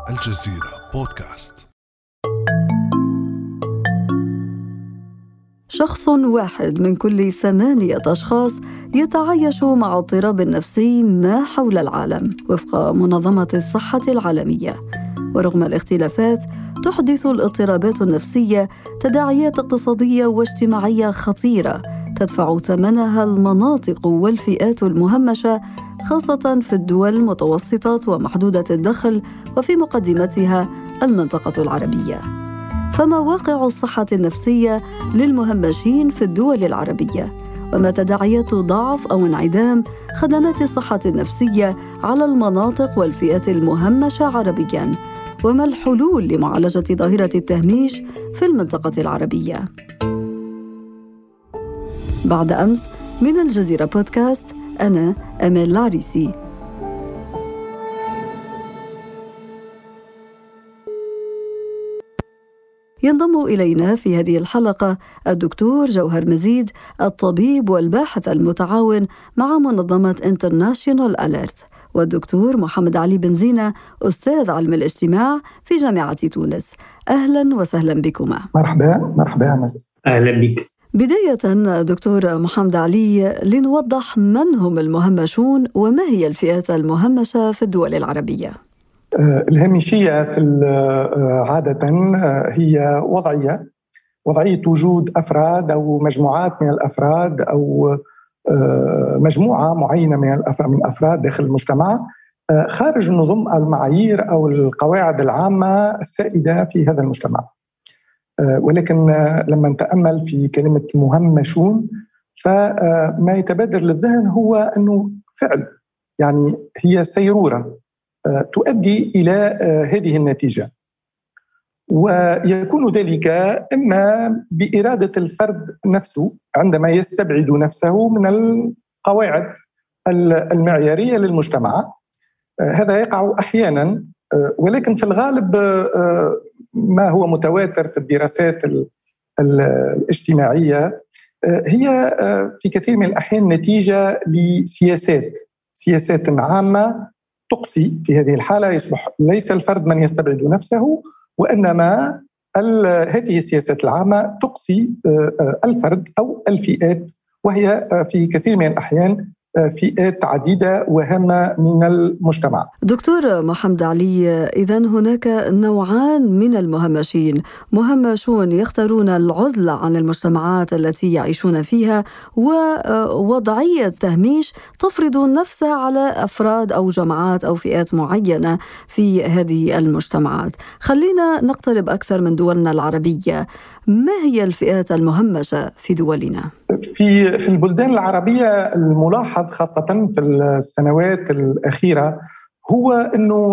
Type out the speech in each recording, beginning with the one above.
الجزيرة بودكاست. شخص واحد من كل 8 أشخاص يتعايش مع اضطراب نفسي ما حول العالم وفق منظمة الصحة العالمية. ورغم الاختلافات تحدث الاضطرابات النفسية تداعيات اقتصادية واجتماعية خطيرة تدفع ثمنها المناطق والفئات المهمشة، خاصة في الدول المتوسطة ومحدودة الدخل وفي مقدمتها المنطقة العربية. فما واقع الصحة النفسية للمهمشين في الدول العربية؟ وما تداعيات ضعف أو انعدام خدمات الصحة النفسية على المناطق والفئات المهمشة عربياً؟ وما الحلول لمعالجة ظاهرة التهميش في المنطقة العربية؟ بعد أمس من الجزيرة بودكاست، أنا أمال العريسي. ينضم إلينا في هذه الحلقة الدكتور جوهر مزيد، الطبيب والباحث المتعاون مع منظمة International Alert، والدكتور محمد علي بن زينة، أستاذ علم الاجتماع في جامعة تونس. أهلا وسهلا بكما. مرحبا أمل. أهلا بك. بداية دكتور محمد علي، لنوضح من هم المهمشون وما هي الفئات المهمشة في الدول العربية؟ الهامشية عادة هي وضعية وجود أفراد أو مجموعات من الأفراد أو مجموعة معينة من الأفراد داخل المجتمع خارج نظم المعايير أو القواعد العامة السائدة في هذا المجتمع. ولكن لما نتأمل في كلمة مهمشون فما يتبادر للذهن هو أنه فعل، يعني هي سيرورة تؤدي إلى هذه النتيجة، ويكون ذلك إما بإرادة الفرد نفسه عندما يستبعد نفسه من القواعد المعيارية للمجتمع. هذا يقع أحيانا، ولكن في الغالب ما هو متواتر في الدراسات الاجتماعية هي في كثير من الأحيان نتيجة لسياسات عامة تقصي. في هذه الحالة يصبح ليس الفرد من يستبعد نفسه، وإنما هذه السياسات العامة تقصي الفرد أو الفئات، وهي في كثير من الأحيان فئات عديدة وهامة من المجتمع. دكتور محمد علي، إذن هناك نوعان من المهمشين: مهمشون يختارون العزلة عن المجتمعات التي يعيشون فيها، ووضعية تهميش تفرض نفسها على أفراد أو جماعات أو فئات معينة في هذه المجتمعات. خلينا نقترب أكثر من دولنا العربية. ما هي الفئات المهمشة في دولنا؟ في البلدان العربية الملاحظ خاصة في السنوات الأخيرة هو أنه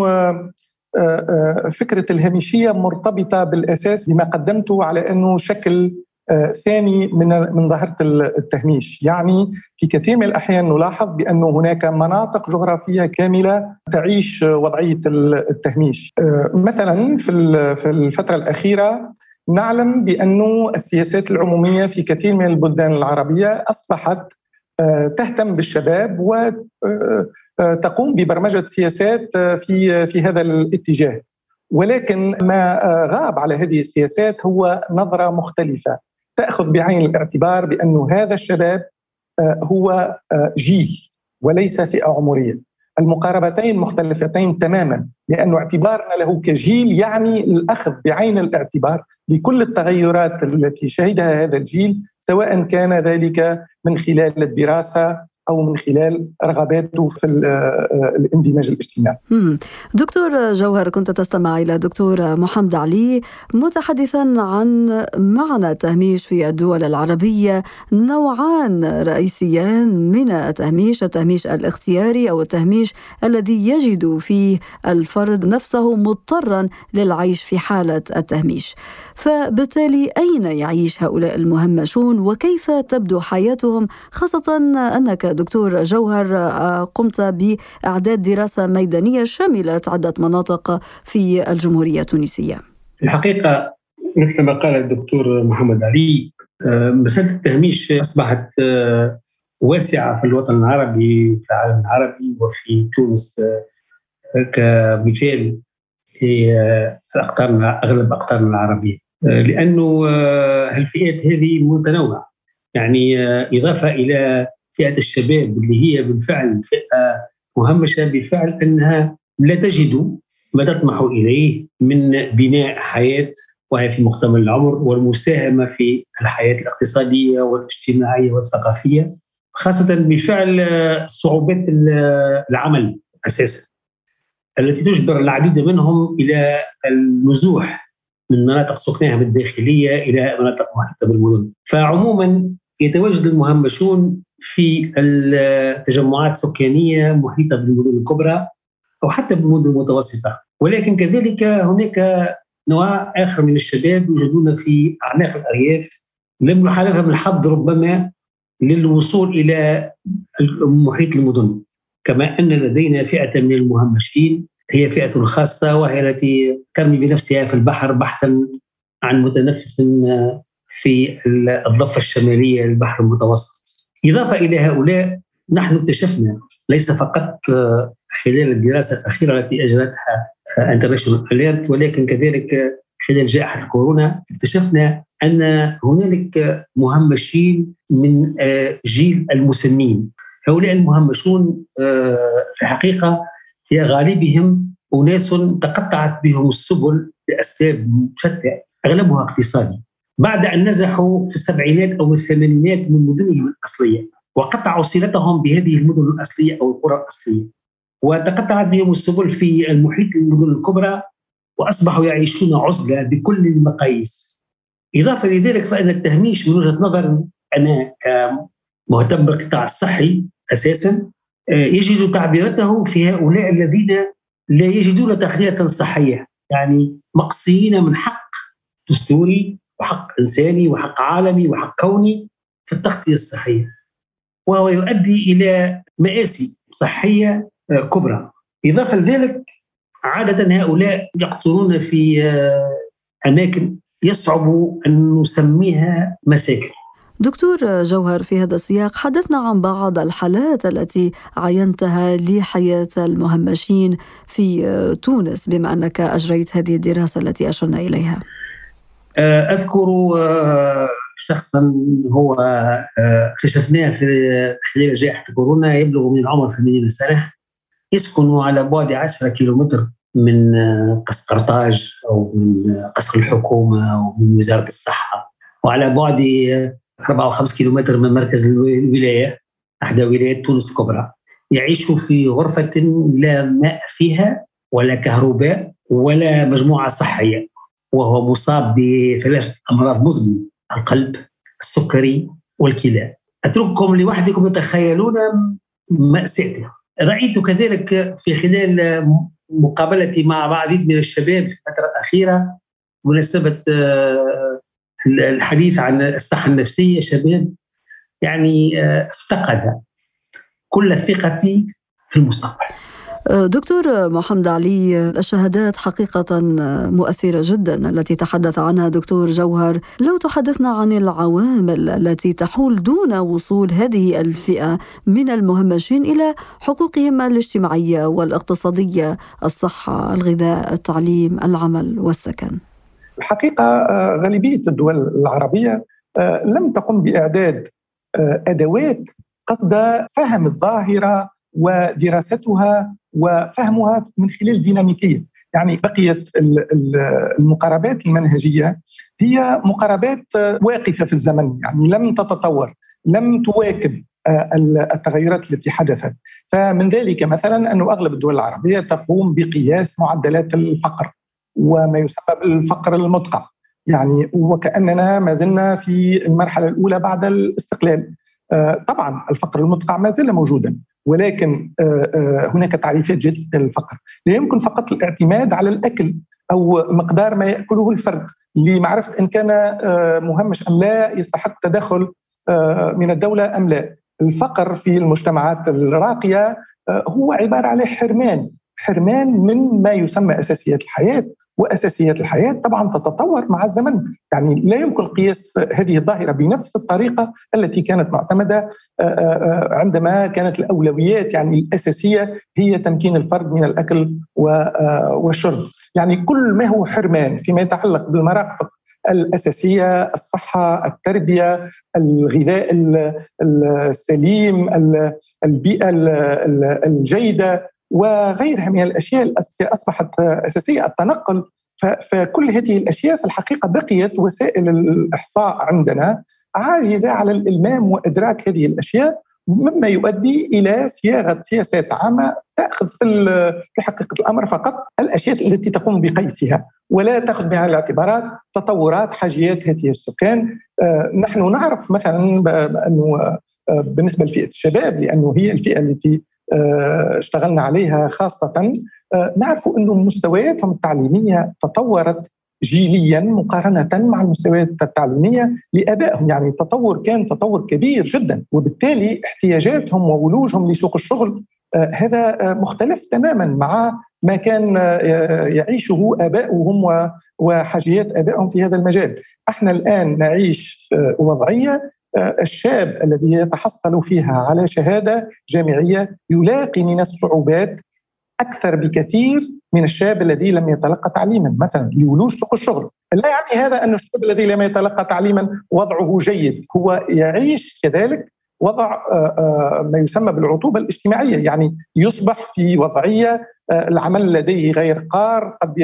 فكرة الهامشية مرتبطة بالأساس بما قدمته على أنه شكل ثاني من ظاهرة التهميش. يعني في كثير من الأحيان نلاحظ بأن هناك مناطق جغرافية كاملة تعيش وضعية التهميش. مثلا في الفترة الأخيرة نعلم بأن السياسات العمومية في كثير من البلدان العربية أصبحت تهتم بالشباب وتقوم ببرمجة سياسات في هذا الاتجاه، ولكن ما غاب على هذه السياسات هو نظرة مختلفة تأخذ بعين الاعتبار بأن هذا الشباب هو جيل وليس فئة عمرية. المقاربتين مختلفتين تماما، لأن اعتبارنا له كجيل يعني الأخذ بعين الاعتبار لكل التغيرات التي شهدها هذا الجيل، سواء كان ذلك من خلال الدراسة أو من خلال رغباته في الاندماج الاجتماعي. دكتور جوهر، كنت تستمع إلى دكتور محمد علي متحدثا عن معنى التهميش في الدول العربية. نوعان رئيسيان من التهميش: التهميش الاختياري أو التهميش الذي يجد فيه الفرد نفسه مضطرا للعيش في حالة التهميش. فبالتالي أين يعيش هؤلاء المهمشون وكيف تبدو حياتهم، خاصة أنك دكتور جوهر قمت بإعداد دراسة ميدانية شملت عدة مناطق في الجمهورية التونسية؟ في الحقيقة مثل ما قال الدكتور محمد علي، مسألة التهميش أصبحت واسعة في الوطن العربي، في العالم العربي وفي تونس كمثال. في أغلب أقطارنا العربية، لأنه الفئات هذه متنوعة. يعني إضافة إلى فئة الشباب اللي هي بالفعل فئة مهمشة بالفعل، أنها لا تجد ما تطمح إليه من بناء حياة وهي في مقتبل العمر والمساهمة في الحياة الاقتصادية والاجتماعية والثقافية، خاصة بفعل صعوبات العمل أساسا التي تجبر العديد منهم إلى النزوح من مناطق سكنهم الداخلية إلى مناطق محيطة بالمدن. فعموما يتواجد المهمشون في التجمعات السكانية محيطة بالمدن الكبرى أو حتى بالمدن المتوسطة، ولكن كذلك هناك نوع آخر من الشباب يوجدون في أعناق الأرياف لم يحالفهم الحظ ربما للوصول إلى محيط المدن. كما أن لدينا فئة من المهمشين هي فئة خاصة وهي التي ترمي بنفسها في البحر بحثا عن متنفس في الضفة الشمالية للبحر المتوسط. إضافة إلى هؤلاء نحن اكتشفنا ليس فقط خلال الدراسة الأخيرة التي أجرتها International Alert ولكن كذلك خلال جائحة كورونا اكتشفنا أن هنالك مهمشين من جيل المسنين. هؤلاء المهمشون في الحقيقة في غالبهم أناس تقطعت بهم السبل لأسباب شتى أغلبها اقتصادي، بعد أن نزحوا في السبعينات أو الثمانينات من مدنهم الأصلية وقطعوا صلتهم بهذه المدن الأصلية أو القرى الأصلية، وتقطعت بهم السبل في المحيط المدن الكبرى وأصبحوا يعيشون عزلة بكل المقاييس. إضافة لذلك فإن التهميش من وجهة نظر أنا كمهتم بالقطاع الصحي أساساً يجد تعبيرته في هؤلاء الذين لا يجدون تغذية صحية، يعني مقصيين من حق دستوري وحق إنساني وحق عالمي وحق كوني في التغطية الصحية، وهو يؤدي إلى مآسي صحية كبرى. إضافة لذلك عادة هؤلاء يقطرون في أماكن يصعب أن نسميها مساكن. دكتور جوهر، في هذا السياق حدثنا عن بعض الحالات التي عينتها لحياة المهمشين في تونس بما أنك أجريت هذه الدراسة التي أشرنا إليها. أذكر شخصا هو اكتشفناه في خلال جائحة كورونا، يبلغ من العمر 80 سنة، يسكن على بعد 10 كيلومتر من قصر قرطاج أو من قصر الحكومة أو من وزارة الصحة، وعلى بعد 4 أو 5 كيلومتر من مركز الولاية أحدى ولايات تونس الكبرى. يعيش في غرفة لا ماء فيها ولا كهرباء ولا مجموعة صحية، وهو مصاب بثلاث أمراض مزمنة: القلب، السكري، والكلى. أترككم لوحدكم تتخيلون مأساته. رأيت كذلك في خلال مقابلتي مع العديد من الشباب في الفترة الأخيرة مناسبة الحديث عن الصحة النفسية، شباب يعني افتقد كل الثقة في المستقبل. دكتور محمد علي، الشهادات حقيقة مؤثرة جدا التي تحدث عنها دكتور جوهر. لو تحدثنا عن العوامل التي تحول دون وصول هذه الفئة من المهمشين إلى حقوقهم الاجتماعية والاقتصادية، الصحة، الغذاء، التعليم، العمل والسكن. الحقيقة غالبية الدول العربية لم تقم بإعداد أدوات قصد فهم الظاهرة ودراستها وفهمها من خلال ديناميكية. يعني بقيت المقاربات المنهجية هي مقاربات واقفة في الزمن، يعني لم تتطور، لم تواكب التغيرات التي حدثت. فمن ذلك مثلا أن أغلب الدول العربية تقوم بقياس معدلات الفقر وما يسمى بالفقر المدقع، يعني وكأننا ما زلنا في المرحلة الأولى بعد الاستقلال. طبعا الفقر المدقع ما زال موجودا، ولكن هناك تعريفات جديدة للفقر. لا يمكن فقط الاعتماد على الأكل أو مقدار ما يأكله الفرد لمعرفة إن كان مهمش أم لا، يستحق تدخل من الدولة أم لا. الفقر في المجتمعات الراقية هو عبارة عن حرمان حرمان من ما يسمى أساسيات الحياة. وأساسيات الحياة طبعا تتطور مع الزمن، يعني لا يمكن قياس هذه الظاهرة بنفس الطريقة التي كانت معتمدة عندما كانت الأولويات يعني الأساسية هي تمكين الفرد من الأكل والشرب. يعني كل ما هو حرمان فيما يتعلق بالمرافق الأساسية، الصحة، التربية، الغذاء السليم، البيئة الجيدة وغيرها من الأشياء التي أصبحت أساسية، التنقل. فكل هذه الأشياء في الحقيقة بقيت وسائل الإحصاء عندنا عاجزة على الإلمام وإدراك هذه الأشياء، مما يؤدي إلى صياغة سياسات عامة تأخذ في حقيقة الأمر فقط الأشياء التي تقوم بقيسها، ولا تأخذ بعين الاعتبارات تطورات حاجيات هذه السكان. نحن نعرف مثلا أنه بالنسبة لفئة الشباب، لأنه هي الفئة التي اشتغلنا عليها خاصة، نعرف أن مستوياتهم التعليمية تطورت جيليا مقارنة مع المستويات التعليمية لآبائهم. يعني التطور كان تطور كبير جدا، وبالتالي احتياجاتهم وولوجهم لسوق الشغل هذا مختلف تماما مع ما كان يعيشه آباؤهم وحاجيات آبائهم في هذا المجال. احنا الآن نعيش وضعية الشاب الذي يتحصل فيها على شهادة جامعية يلاقي من الصعوبات أكثر بكثير من الشاب الذي لم يتلقى تعليما مثلا لولوج سوق الشغل. لا يعني هذا أن الشاب الذي لم يتلقى تعليما وضعه جيد، هو يعيش كذلك وضع ما يسمى بالعطوبة الاجتماعية، يعني يصبح في وضعية العمل لديه غير قار، قد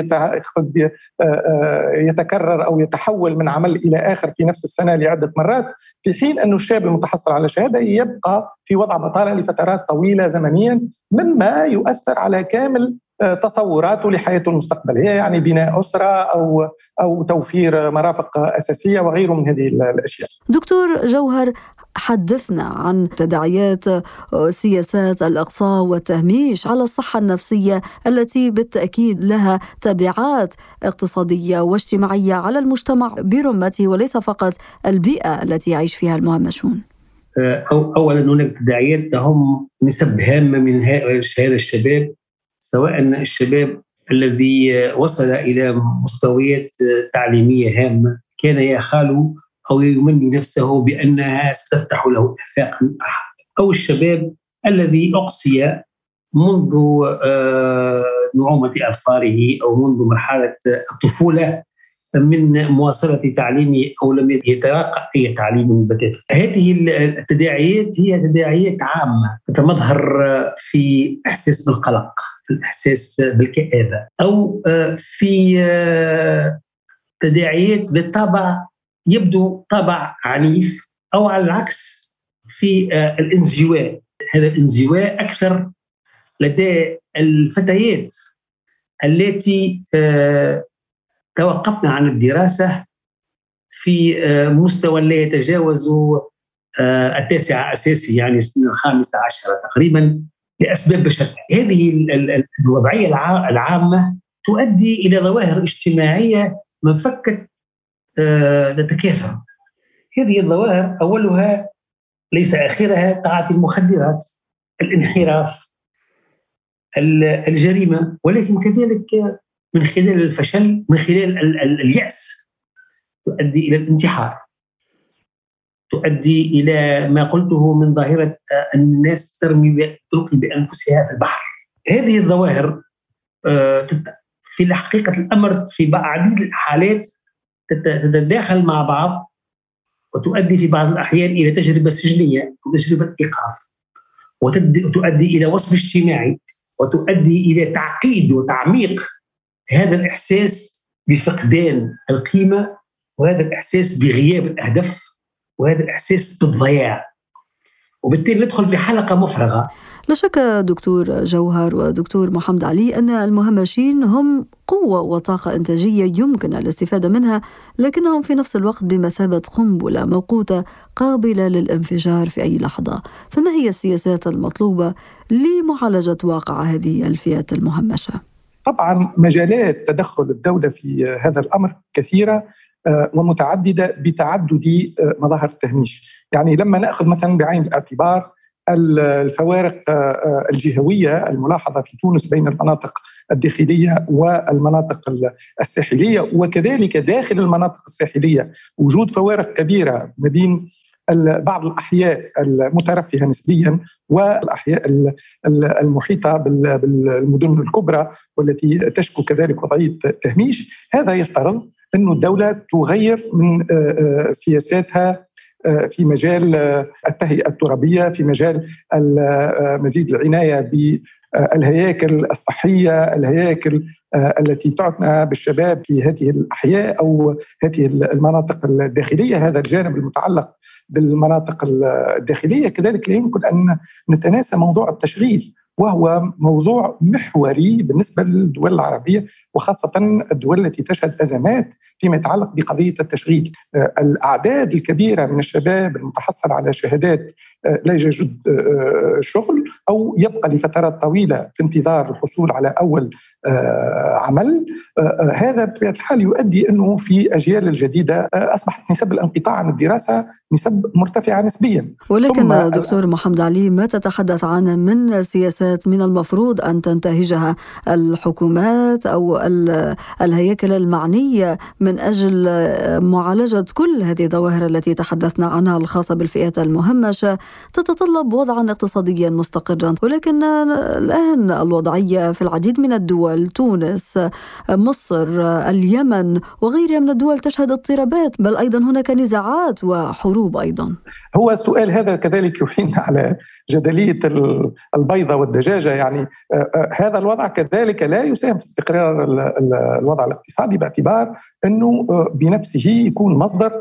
يتكرر أو يتحول من عمل إلى آخر في نفس السنة لعدة مرات، في حين أن الشاب المتحصل على شهادة يبقى في وضع بطالة لفترات طويلة زمنيا، مما يؤثر على كامل تصوراته لحياته المستقبلية، يعني بناء أسرة أو توفير مرافق أساسية وغيره من هذه الأشياء. دكتور جوهر، حدثنا عن تداعيات سياسات الإقصاء والتهميش على الصحة النفسية التي بالتأكيد لها تبعات اقتصادية واجتماعية على المجتمع برمته، وليس فقط البيئة التي يعيش فيها المهمشون. أولا هناك تداعيات هم نسب هامة من هذا الشباب، سواء الشباب الذي وصل إلى مستويات تعليمية هامة كان يخال أو يمني نفسه بأنها ستفتح له آفاقا، أو الشباب الذي أقصي منذ نعومة أظفاره أو منذ مرحلة الطفولة من مواصلة تعليمه أو لم يتلقى أي تعليم بتاتا. هذه التداعيات هي تداعيات عامة تتمظهر في إحساس بالقلق، في الإحساس بالكآبة، أو في تداعيات بالطبع يبدو طبع عنيف، أو على العكس في الانزواء. هذا الانزواء أكثر لدى الفتيات التي توقفنا عن الدراسة في مستوى لا يتجاوز 9 أساسي، يعني السنة 15 تقريبا، لأسباب شتى. هذه الوضعية العامة تؤدي إلى ظواهر اجتماعية منفكة تتكاثر. هذه الظواهر أولها ليس آخرها تعاطي المخدرات، الانحراف، الجريمة، ولكن كذلك من خلال الفشل، من خلال اليأس تؤدي إلى الانتحار، تؤدي إلى ما قلته من ظاهرة أن الناس تلقي بأنفسها في البحر. هذه الظواهر في حقيقة الأمر في عديد الحالات تتداخل مع بعض وتؤدي في بعض الأحيان إلى تجربة سجنية وتجربة إيقاف، وتؤدي إلى وصف اجتماعي، وتؤدي إلى تعقيد وتعميق هذا الإحساس بفقدان القيمة، وهذا الإحساس بغياب الأهداف، وهذا الإحساس بالضياع، وبالتالي ندخل في حلقة مفرغة. لا شك دكتور جوهر ودكتور محمد علي أن المهمشين هم قوة وطاقة إنتاجية يمكن الاستفادة منها، لكنهم في نفس الوقت بمثابة قنبلة موقوتة قابلة للانفجار في أي لحظة. فما هي السياسات المطلوبة لمعالجة واقع هذه الفئات المهمشة؟ طبعا مجالات تدخل الدولة في هذا الأمر كثيرة ومتعددة بتعدد مظاهر التهميش. يعني لما نأخذ مثلا بعين الاعتبار الفوارق الجهوية الملاحظة في تونس بين المناطق الداخلية والمناطق الساحلية، وكذلك داخل المناطق الساحلية وجود فوارق كبيرة ما بين بعض الأحياء المترفهة نسبيا والأحياء المحيطة بالمدن الكبرى والتي تشكو كذلك وضعية تهميش. هذا يفترض أن الدولة تغير من سياساتها في مجال التهيئة الترابية، في مجال مزيد العناية بالهياكل الصحية، الهياكل التي تعنى بالشباب في هذه الأحياء أو هذه المناطق الداخلية. هذا الجانب المتعلق بالمناطق الداخلية. كذلك لا يمكن أن نتناسى موضوع التشغيل، وهو موضوع محوري بالنسبة للدول العربية وخاصة الدول التي تشهد أزمات فيما يتعلق بقضية التشغيل. الأعداد الكبيرة من الشباب المتحصل على شهادات لا يجد شغل أو يبقى لفترات طويلة في انتظار الحصول على أول عمل، هذا بطبيعة الحال يؤدي أنه في أجيال الجديدة أصبحت نسب الانقطاع عن الدراسة نسب مرتفعة نسبيا. ولكن دكتور محمد علي، ما تتحدث عنه من سياسات من المفروض أن تنتهجها الحكومات أو الهياكل المعنية من أجل معالجة كل هذه الظواهر التي تحدثنا عنها الخاصة بالفئات المهمشة، تتطلب وضعا اقتصاديا مستقرا. ولكن الآن الوضعية في العديد من الدول، تونس، مصر، اليمن وغيرها من الدول، تشهد اضطرابات، بل أيضا هناك نزاعات وحروب أيضا. هو السؤال هذا كذلك يحيل على جدلية البيضة والدجاجة. يعني هذا الوضع كذلك لا يساهم في استقرار الوضع الاقتصادي، باعتبار أنه بنفسه يكون مصدر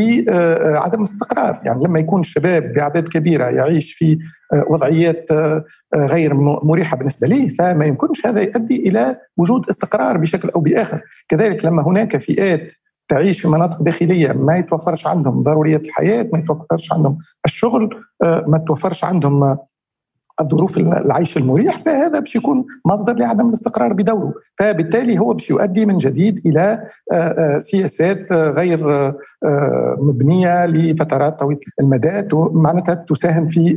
لعدم الاستقرار. يعني لما يكون الشباب بأعداد كبيرة يعيش في وضعيات غير مريحة بالنسبة له، فما يمكنش هذا يؤدي إلى وجود استقرار بشكل أو بآخر. كذلك لما هناك فئات تعيش في مناطق داخلية ما يتوفرش عندهم ضروريات الحياة، ما يتوفرش عندهم الشغل، ما يتوفرش عندهم الظروف العيش المريح، فهذا باش يكون مصدر لعدم الاستقرار بدوره. فبالتالي هو باش يؤدي من جديد إلى سياسات غير مبنية لفترات طويلة المدى، معناتها تساهم في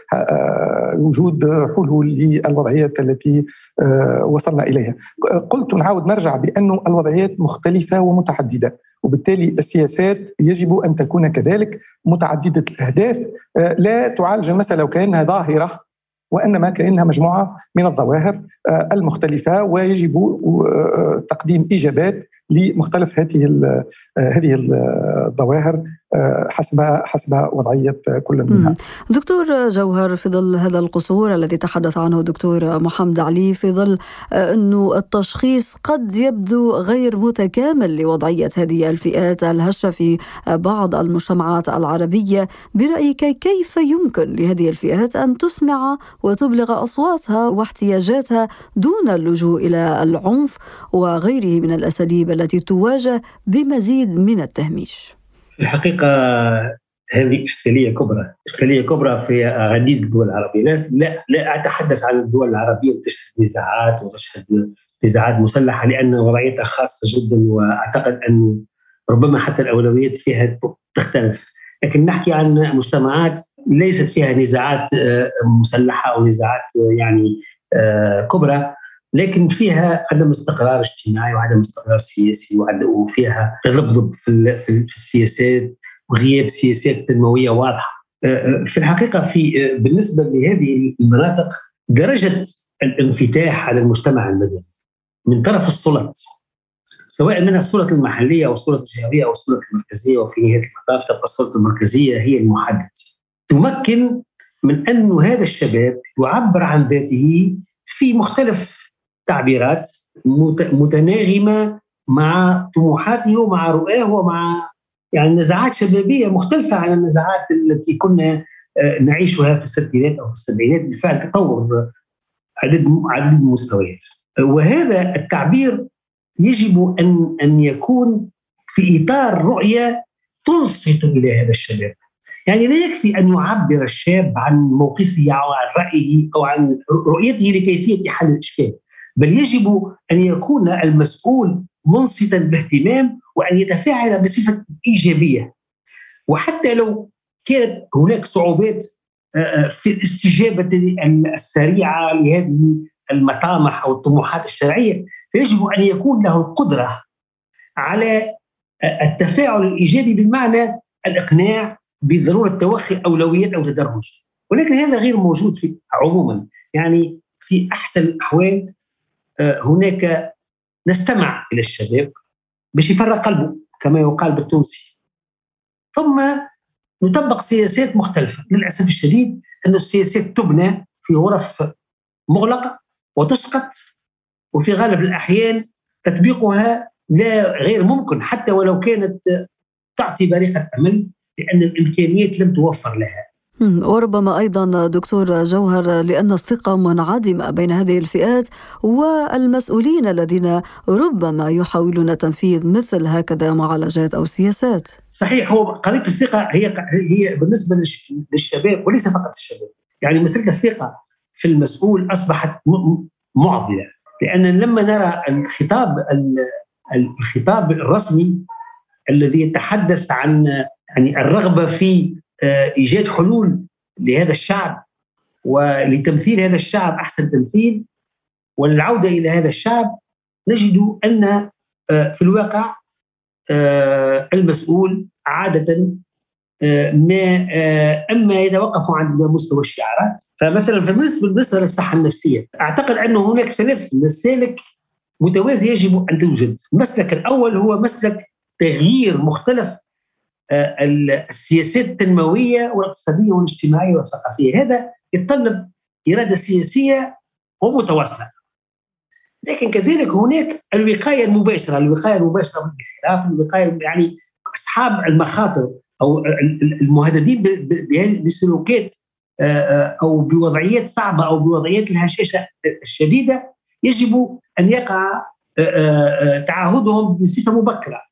وجود حلول للوضعيات التي وصلنا إليها. قلت ونعاود نرجع بأن الوضعيات مختلفة ومتعددة، وبالتالي السياسات يجب أن تكون كذلك متعددة الأهداف، لا تعالج المسألة وكأنها ظاهرة، وإنما كأنها مجموعة من الظواهر المختلفة، ويجب تقديم إجابات لمختلف هذه الظواهر حسب وضعية كل منها. دكتور جوهر، في ظل هذا القصور الذي تحدث عنه الدكتور محمد علي، في ظل أنه التشخيص قد يبدو غير متكامل لوضعية هذه الفئات الهشة في بعض المجتمعات العربية، برأيك كيف يمكن لهذه الفئات أن تسمع وتبلغ أصواتها واحتياجاتها دون اللجوء إلى العنف وغيره من الأساليب التي تواجه بمزيد من التهميش؟ الحقيقة هذه إشكالية كبرى في عديد الدول العربية. لا أتحدث عن الدول العربية تشهد نزاعات وتشهد نزاعات مسلحة لأن وضعيتها خاصة جدا، وأعتقد أن ربما حتى الأولويات فيها تختلف. لكن نحكي عن مجتمعات ليست فيها نزاعات مسلحة أو نزاعات يعني كبرى، لكن فيها عدم استقرار اجتماعي وعدم استقرار سياسي، وفيها تذبذب في السياسات وغياب سياسات تنموية واضحة. في الحقيقة بالنسبة لهذه المناطق، درجة الانفتاح على المجتمع المدني من طرف السلطات، سواء من السلطة المحلية أو السلطة الجهوية أو السلطة المركزية، وفي نهاية المطاف تبقى السلطة المركزية هي المحدد، تمكن من أن هذا الشباب يعبر عن ذاته في مختلف تعبيرات متناغمة مع طموحاته ومع رؤاه ومع يعني نزاعات شبابية مختلفة عن النزاعات التي كنا نعيشها في الستينات أو في السبعينات. بالفعل تطور عدد المستويات، وهذا التعبير يجب أن يكون في إطار رؤية تنصت إلى هذا الشباب. يعني لا يكفي أن يعبر الشاب عن موقفه أو عن رأيه أو عن رؤيته لكيفية حل الإشكال، بل يجب أن يكون المسؤول منصتا باهتمام وأن يتفاعل بصفة إيجابية. وحتى لو كانت هناك صعوبات في الاستجابة السريعة لهذه المطامح أو الطموحات الشرعية، فيجب أن يكون له القدرة على التفاعل الإيجابي بمعنى الإقناع بضرورة توخي أولويات أو تدرج، ولكن هذا غير موجود في عموما. يعني في أحسن الأحوال هناك نستمع إلى الشباب باش يفرق قلبه كما يقال بالتونسي، ثم نطبق سياسات مختلفة. للأسف الشديد أن السياسات تبنى في غرف مغلقة وتسقط، وفي غالب الأحيان تطبيقها غير ممكن حتى ولو كانت تعطي بريقة أمل، لأن الإمكانيات لم توفر لها. وربما أيضا دكتور جوهر لأن الثقة منعدمة بين هذه الفئات والمسؤولين الذين ربما يحاولون تنفيذ مثل هكذا معالجات أو سياسات. صحيح، هو قضية الثقة هي بالنسبة للشباب وليس فقط الشباب. يعني مسألة الثقة في المسؤول أصبحت معضلة، لأن لما نرى الخطاب الرسمي الذي يتحدث عن يعني الرغبة في إيجاد حلول لهذا الشعب ولتمثيل هذا الشعب أحسن تمثيل والعودة إلى هذا الشعب، نجد أن في الواقع المسؤول عادة أما يتوقف عند مستوى الشعارات. فمثلا بالنسبة للصحة النفسية أعتقد أن هناك 3 مسالك متوازية يجب أن توجد. المسلك الأول هو مسلك تغيير مختلف السياسات التنموية والاقتصادية والاجتماعية والثقافية. هذا يتطلب إرادة سياسية ومتواصلة، لكن كذلك هناك الوقاية المباشرة من الانحراف، الوقاية يعني أصحاب المخاطر أو المهددين بسلوكات أو بوضعيات صعبة أو بوضعيات الهشاشة الشديدة، يجب أن يقع تعهدهم بصفة مبكرة.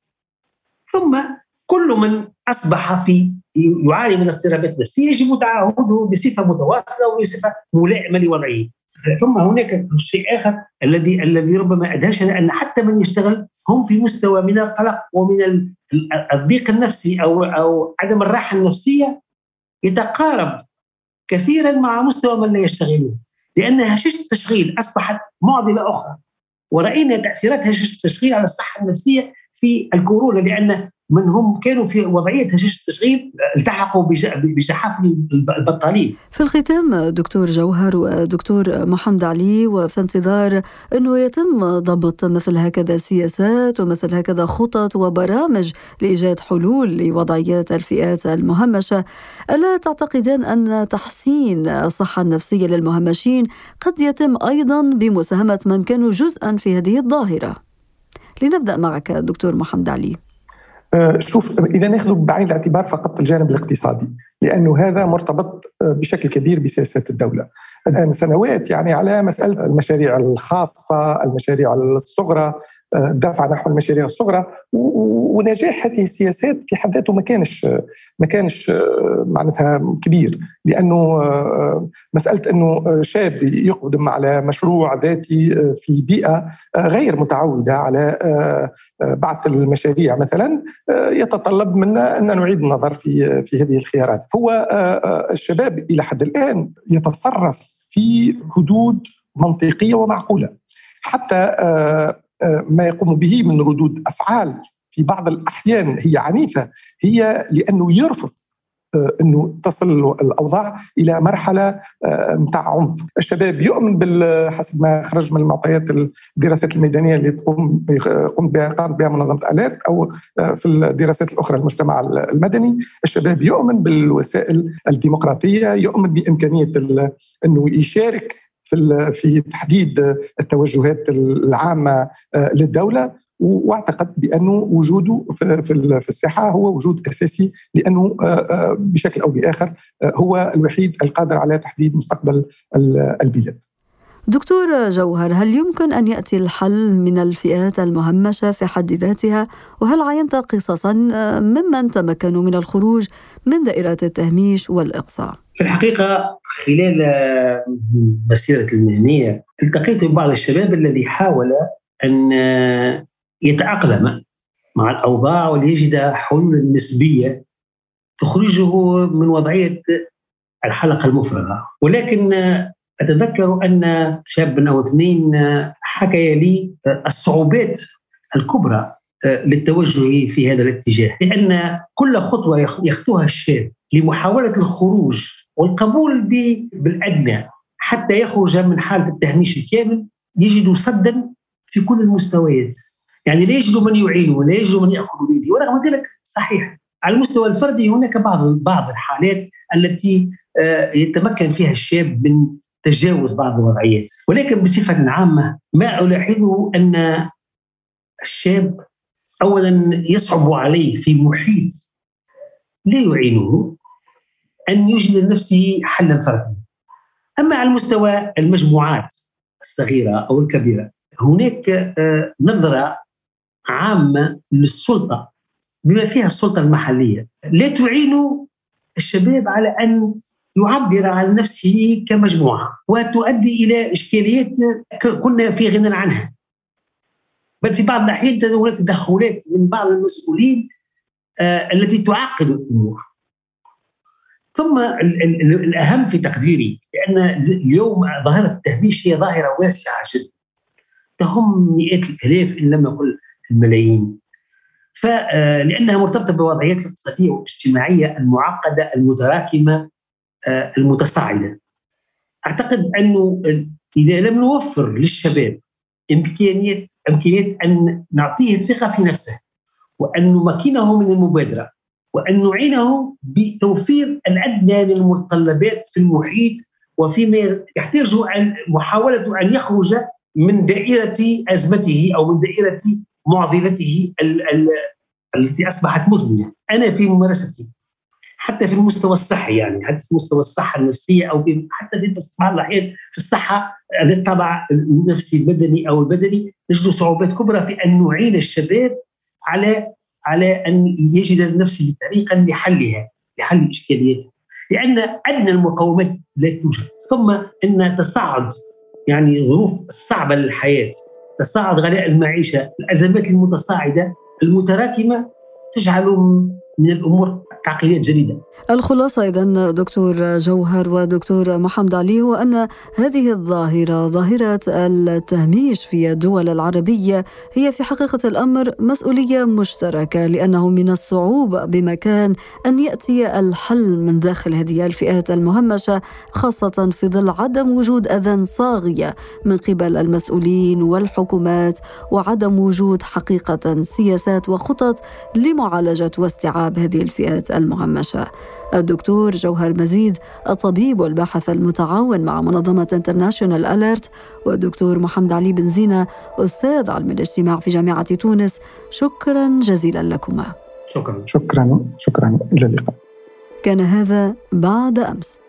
ثم كل من أصبح يعاني من اضطرابات نفسية يجب تعهده بصفة متواصلة وبصفة ملائمة لوضعه. ثم هناك شيء آخر الذي ربما أدهشنا، أن حتى من يشتغل هم في مستوى من القلق ومن الضيق النفسي أو عدم الراحة النفسية يتقارب كثيرا مع مستوى من لا يشتغلون، لأن هشاشة التشغيل أصبحت معضلة أخرى. ورأينا تأثيرات هشاشة التشغيل على الصحة النفسية في الكورونا، لأن من هم كانوا في وضعية هشاشة التشغيل التحقوا بجحافل البطالين. في الختام دكتور جوهر ودكتور محمد علي، وفي انتظار أنه يتم ضبط مثل هكذا سياسات ومثل هكذا خطط وبرامج لإيجاد حلول لوضعيات الفئات المهمشة، ألا تعتقدان أن تحسين الصحة النفسية للمهمشين قد يتم أيضا بمساهمة من كانوا جزءا في هذه الظاهرة؟ لنبدأ معك دكتور محمد علي. شوف، إذا نأخذ بعين الاعتبار فقط الجانب الاقتصادي، لأنه هذا مرتبط بشكل كبير بسياسات الدولة. الآن سنوات يعني على مسألة المشاريع الخاصة، المشاريع الصغرى، الدفع نحو المشاريع الصغرى، ونجاح هذه السياسات في حد ذاته ما كانش معناتها كبير، لأنه مسألة أنه شاب يقدم على مشروع ذاتي في بيئة غير متعودة على بعث المشاريع مثلا يتطلب منا أن نعيد النظر في هذه الخيارات. هو الشباب إلى حد الآن يتصرف في حدود منطقية ومعقولة، حتى ما يقوم به من ردود أفعال في بعض الأحيان هي عنيفة، هي لأنه يرفض أنه تصل الأوضاع إلى مرحلة متاع عنف. الشباب يؤمن حسب ما خرج من المعطيات الدراسات الميدانية اللي قامت بها منظمة أليرت أو في الدراسات الأخرى المجتمع المدني، الشباب يؤمن بالوسائل الديمقراطية، يؤمن بإمكانية أنه يشارك في تحديد التوجهات العامة للدولة. واعتقد بأنه وجوده في الساحة هو وجود أساسي، لأنه بشكل أو بآخر هو الوحيد القادر على تحديد مستقبل البلاد. دكتور جوهر، هل يمكن أن يأتي الحل من الفئات المهمشة في حد ذاتها؟ وهل عينت قصصا ممن تمكنوا من الخروج من دائرة التهميش والإقصاء؟ في الحقيقة خلال مسيرة المهنية التقيت ببعض الشباب الذي حاول أن يتأقلم مع الأوضاع وليجد حلول نسبية تخرجه من وضعية الحلقة المفرغة. ولكن أتذكر أن شاب أو اثنين حكى لي الصعوبات الكبرى للتوجه في هذا الاتجاه، لأن كل خطوة يخطوها الشاب لمحاولة الخروج والقبول بالأدنى حتى يخرج من حالة التهميش الكامل يجد صدا في كل المستويات. يعني لا يجد من يعينه ولا يجد من يأخذ بيده. ورغم ذلك صحيح على المستوى الفردي هناك بعض الحالات التي يتمكن فيها الشاب من تجاوز بعض الوضعيات، ولكن بصفة عامة ما ألاحظه أن الشاب أولا يصعب عليه في محيط لا يعينه أن يجد لنفسه حلا فرديا. أما على المستوى المجموعات الصغيرة أو الكبيرة هناك نظرة عامة للسلطة بما فيها السلطة المحلية لا تعين الشباب على أن يعبر عن نفسه كمجموعة، وتؤدي إلى إشكاليات كنا في غنى عنها، بل في بعض الأحيان هناك تدخلات من بعض المسؤولين التي تعقد الأمور. ثم الأهم في تقديري لأن اليوم ظاهرة التهميش هي ظاهرة واسعة جدا تهم مئات الآلاف إن لم يقل الملايين، لأنها مرتبطة بالوضعيات الاقتصادية والاجتماعية المعقدة المتراكمة المتصاعدة. أعتقد أنه إذا لم نوفر للشباب إمكانيات أن نعطيه الثقة في نفسه وأن نمكنه من المبادرة وأن نعينه بتوفير الأدنى من المتطلبات في المحيط وفيما يحتاج محاولة أن يخرج من دائرة أزمته أو من دائرة معضلته التي أصبحت مزمنة. أنا في ممارستي حتى في المستوى الصحي، يعني حتى في مستوى الصحة النفسية أو حتى في بعض الأحيان في الصحة الطابع النفسي البدني أو البدني نجد صعوبات كبرى في أن نعين الشباب على أن يجد نفسه طريقا لحل إشكالياته، لأن أدنى المقومات لا توجد. ثم أن تصاعد يعني ظروف صعبة للحياة، تصاعد غلاء المعيشة، الأزمات المتصاعدة المتراكمة تجعل من الأمور تعقيدات جديدة. الخلاصة إذن دكتور جوهر ودكتور محمد علي هو أن هذه الظاهرة، ظاهرة التهميش في الدول العربية، هي في حقيقة الأمر مسؤولية مشتركة، لأنه من الصعوبة بمكان أن يأتي الحل من داخل هذه الفئات المهمشة، خاصة في ظل عدم وجود أذان صاغية من قبل المسؤولين والحكومات وعدم وجود حقيقة سياسات وخطط لمعالجة واستيعاب هذه الفئات المهمشة. الدكتور جوهر مزيد الطبيب والباحث المتعاون مع منظمة انترناشونال أليرت، والدكتور محمد علي بن زينة أستاذ علم الاجتماع في جامعة تونس، شكرا جزيلا لكما. شكرا إلى اللقاء. كان هذا بعد أمس.